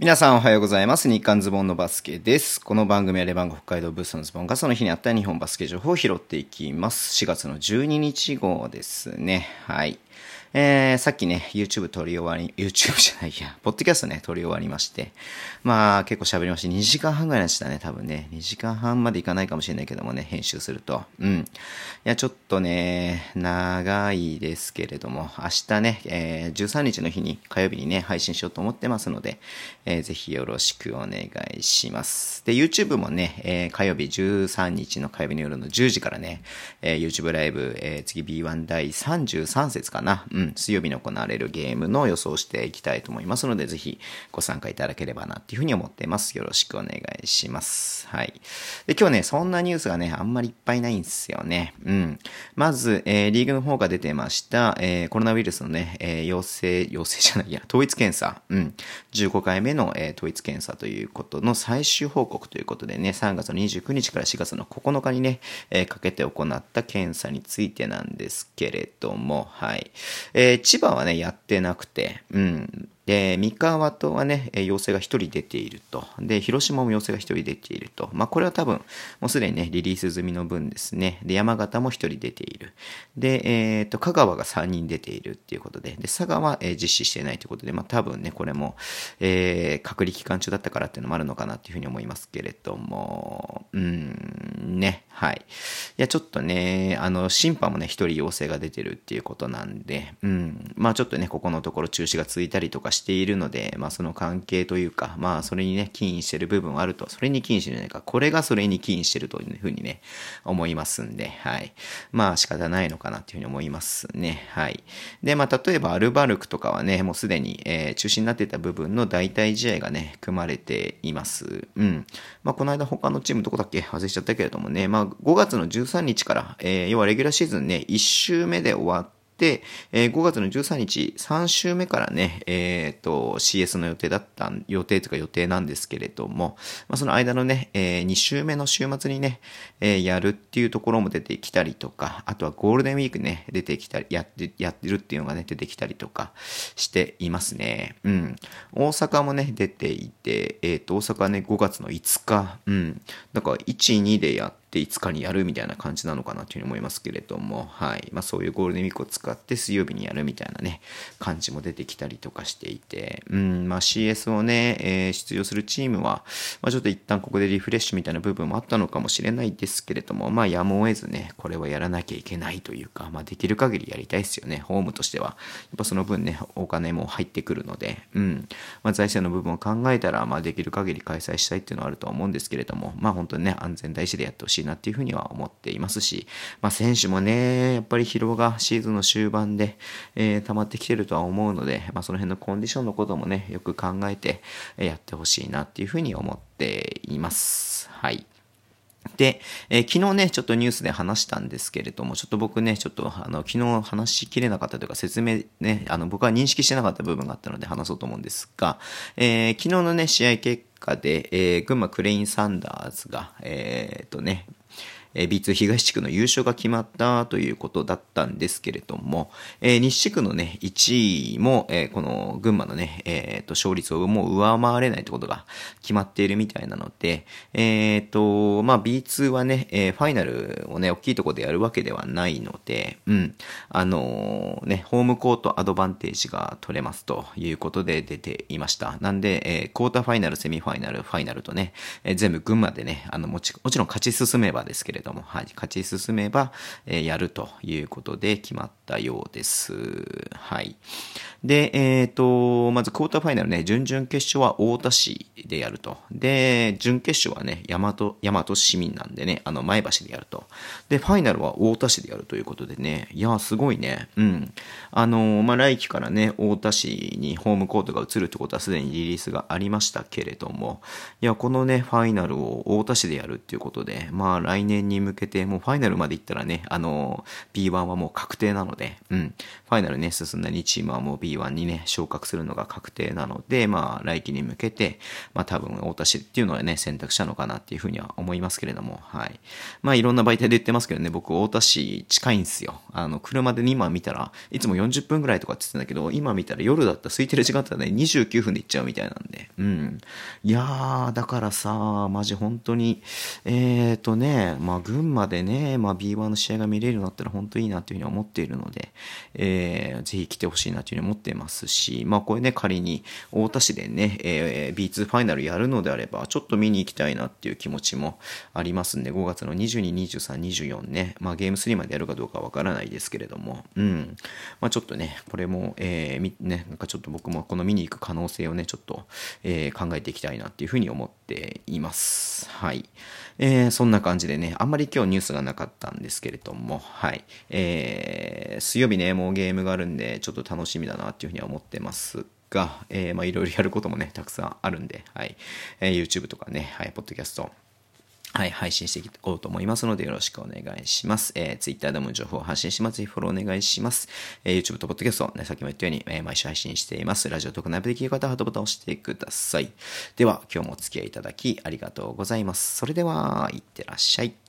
皆さんおはようございます。日刊ズボンのバスケです。この番組はレバンガ北海道ブースのズボンがその日にあった日本バスケ情報を拾っていきます。4月の12日号ですね。はい。さっきね、YouTube 撮り終わり、YouTube じゃないや、ポッドキャストね、撮り終わりまして、まあ結構喋りまして、2時間半ぐらいでしたね、多分ね。2時間半までいかないかもしれないけどもね、編集すると。いや、ちょっとね、長いですけれども、明日ね、13日の日に、火曜日にね、配信しようと思ってますので、ぜひよろしくお願いします。で、YouTube もね、火曜日13日の火曜日の夜の10時からね、YouTube ライブ、次 B1 第33節かな。水曜日に行われるゲームの予想をしていきたいと思いますので、ぜひご参加いただければなっていうふうに思っています。よろしくお願いします。はい。で、今日ね、そんなニュースがね、あんまりいっぱいないんですよね。まず、リーグの方が出てました、コロナウイルスのね、統一検査、15回目の、統一検査ということの最終報告ということでね、3月の29日から4月の9日にね、かけて行った検査についてなんですけれども、はい。千葉はね、やってなくて、で、三河とはね、陽性が1人出ていると。で、広島も陽性が1人出ていると。まあ、これは多分、もうすでにね、リリース済みの分ですね。で、山形も1人出ている。で、香川が3人出ているっていうことで、で、佐賀は、実施していないということで、まあ、多分ね、これも、隔離期間中だったからっていうのもあるのかなっていうふうに思いますけれども、ね、はい。いや、ちょっとね、審判もね、1人陽性が出てるっていうことなんで、まあ、ちょっとね、ここのところ中止が続いたりとかしているので、まあその関係というか、まあそれにね、起因している部分はあると、それに起因してるじゃないか、これがそれに起因しているというふうにね、思いますんで、はい。まあ仕方ないのかなっていうふうに思いますね、はい。で、まあ例えばアルバルクとかはね、もうすでに、中止になっていた部分の代替試合がね、組まれています。まあこの間他のチームどこだっけ忘れちゃったけれどもね、まあ5月の13日から、要はレギュラーシーズンね、1週目で終わって、で、5月の13日、3週目からね、CS の予定というか予定なんですけれども、まあ、その間のね、2週目の週末にね、やるっていうところも出てきたりとか、あとはゴールデンウィークね、出てきたり、やってるっていうのがね、出てきたりとかしていますね。大阪もね、出ていて、大阪はね、5月の5日、だから1、2でやって、5日にやるみたいな感じなのかなというふうに思いますけれども、はい。まあそういうゴールデンウィークを使って水曜日にやるみたいなね、感じも出てきたりとかしていて、まあ CS をね、出場するチームは、まあちょっと一旦ここでリフレッシュみたいな部分もあったのかもしれないですけれども、まあやむを得ずね、これはやらなきゃいけないというか、まあできる限りやりたいですよね、ホームとしては。やっぱその分ね、お金も入ってくるので、まあ財政の部分を考えたら、まあできる限り開催したいっていうのはあるとは思うんですけれども、まあ本当にね、安全第一でやってほしいなっていうふうには思っていますし、まあ選手もね、やっぱり疲労がシーズンの終盤で、溜まってきてるとは思うので、まあその辺のコンディションのこともね、よく考えてやってほしいなっていうふうに思っています。はい。で、昨日ね、ちょっとニュースで話したんですけれども、ちょっと僕ね、ちょっと昨日話しきれなかったというか説明ね、僕は認識してなかった部分があったので話そうと思うんですが、昨日のね、試合結果で、群馬クレインサンダーズが、B2 東地区の優勝が決まったということだったんですけれども、西地区のね、1位も、この群馬のね、勝率をもう上回れないということが決まっているみたいなので、まあ B2 はね、ファイナルをね、大きいところでやるわけではないので、ね、ホームコートアドバンテージが取れますということで出ていました。なんで、クォーターファイナル、セミファイナル、ファイナルとね、全部群馬でね、もちろん勝ち進めばですけれども、はい、勝ち進めば、やるということで決まったようです。はい。で、まずクォーターファイナルね、準々決勝は太田市でやると。で、準決勝はね、大和市民なんでね、前橋でやると。で、ファイナルは太田市でやるということでね、いや、すごいね。まあ、来季からね、太田市にホームコートが移るってことはすでにリリースがありましたけれども、いや、このね、ファイナルを太田市でやるっていうことで、まあ、来年に向けて、もうファイナルまで行ったらね、B1 はもう確定なので、ファイナルね、進んだ2チームはもう B1 にね、昇格するのが確定なので、来季に向けて、多分、太田市っていうのはね、選択したのかなっていうふうには思いますけれども、はい。いろんな媒体で言ってますけどね、僕、太田市近いんですよ。車で今見たら、いつも40分ぐらいとかって言ってたんだけど、今見たら夜だったら空いてる時間だったらね、29分で行っちゃうみたいなんで、いやー、だからさ、マジ本当に、群馬でね、B1 の試合が見れるようになったら本当にいいなというふうに思っているので、ぜひ来てほしいなというふうに思ってますし、これね、仮に太田市でね、B2 ファイナルやるのであれば、ちょっと見に行きたいなっていう気持ちもありますんで、5月の22、23、24ね、ゲーム3までやるかどうかわからないですけれども、ちょっとね、これも、なんかちょっと僕もこの見に行く可能性をね、ちょっと、考えていきたいなっていうふうに思っています。はい。そんな感じでね、あんまり今日ニュースがなかったんですけれども、はい。水曜日ね、もうゲームがあるんで、ちょっと楽しみだなっていうふうには思ってますが、いろいろやることもね、たくさんあるんで、はい。YouTube とかね、はい、ポッドキャスト、はい、配信していこうと思いますのでよろしくお願いします。Twitter でも情報を発信します。ぜひフォローお願いします。YouTube と Podcast ね、さっきも言ったように、毎週配信しています。ラジオトークナイブできる方はハートボタンを押してください。では、今日もお付き合いいただきありがとうございます。それでは、いってらっしゃい。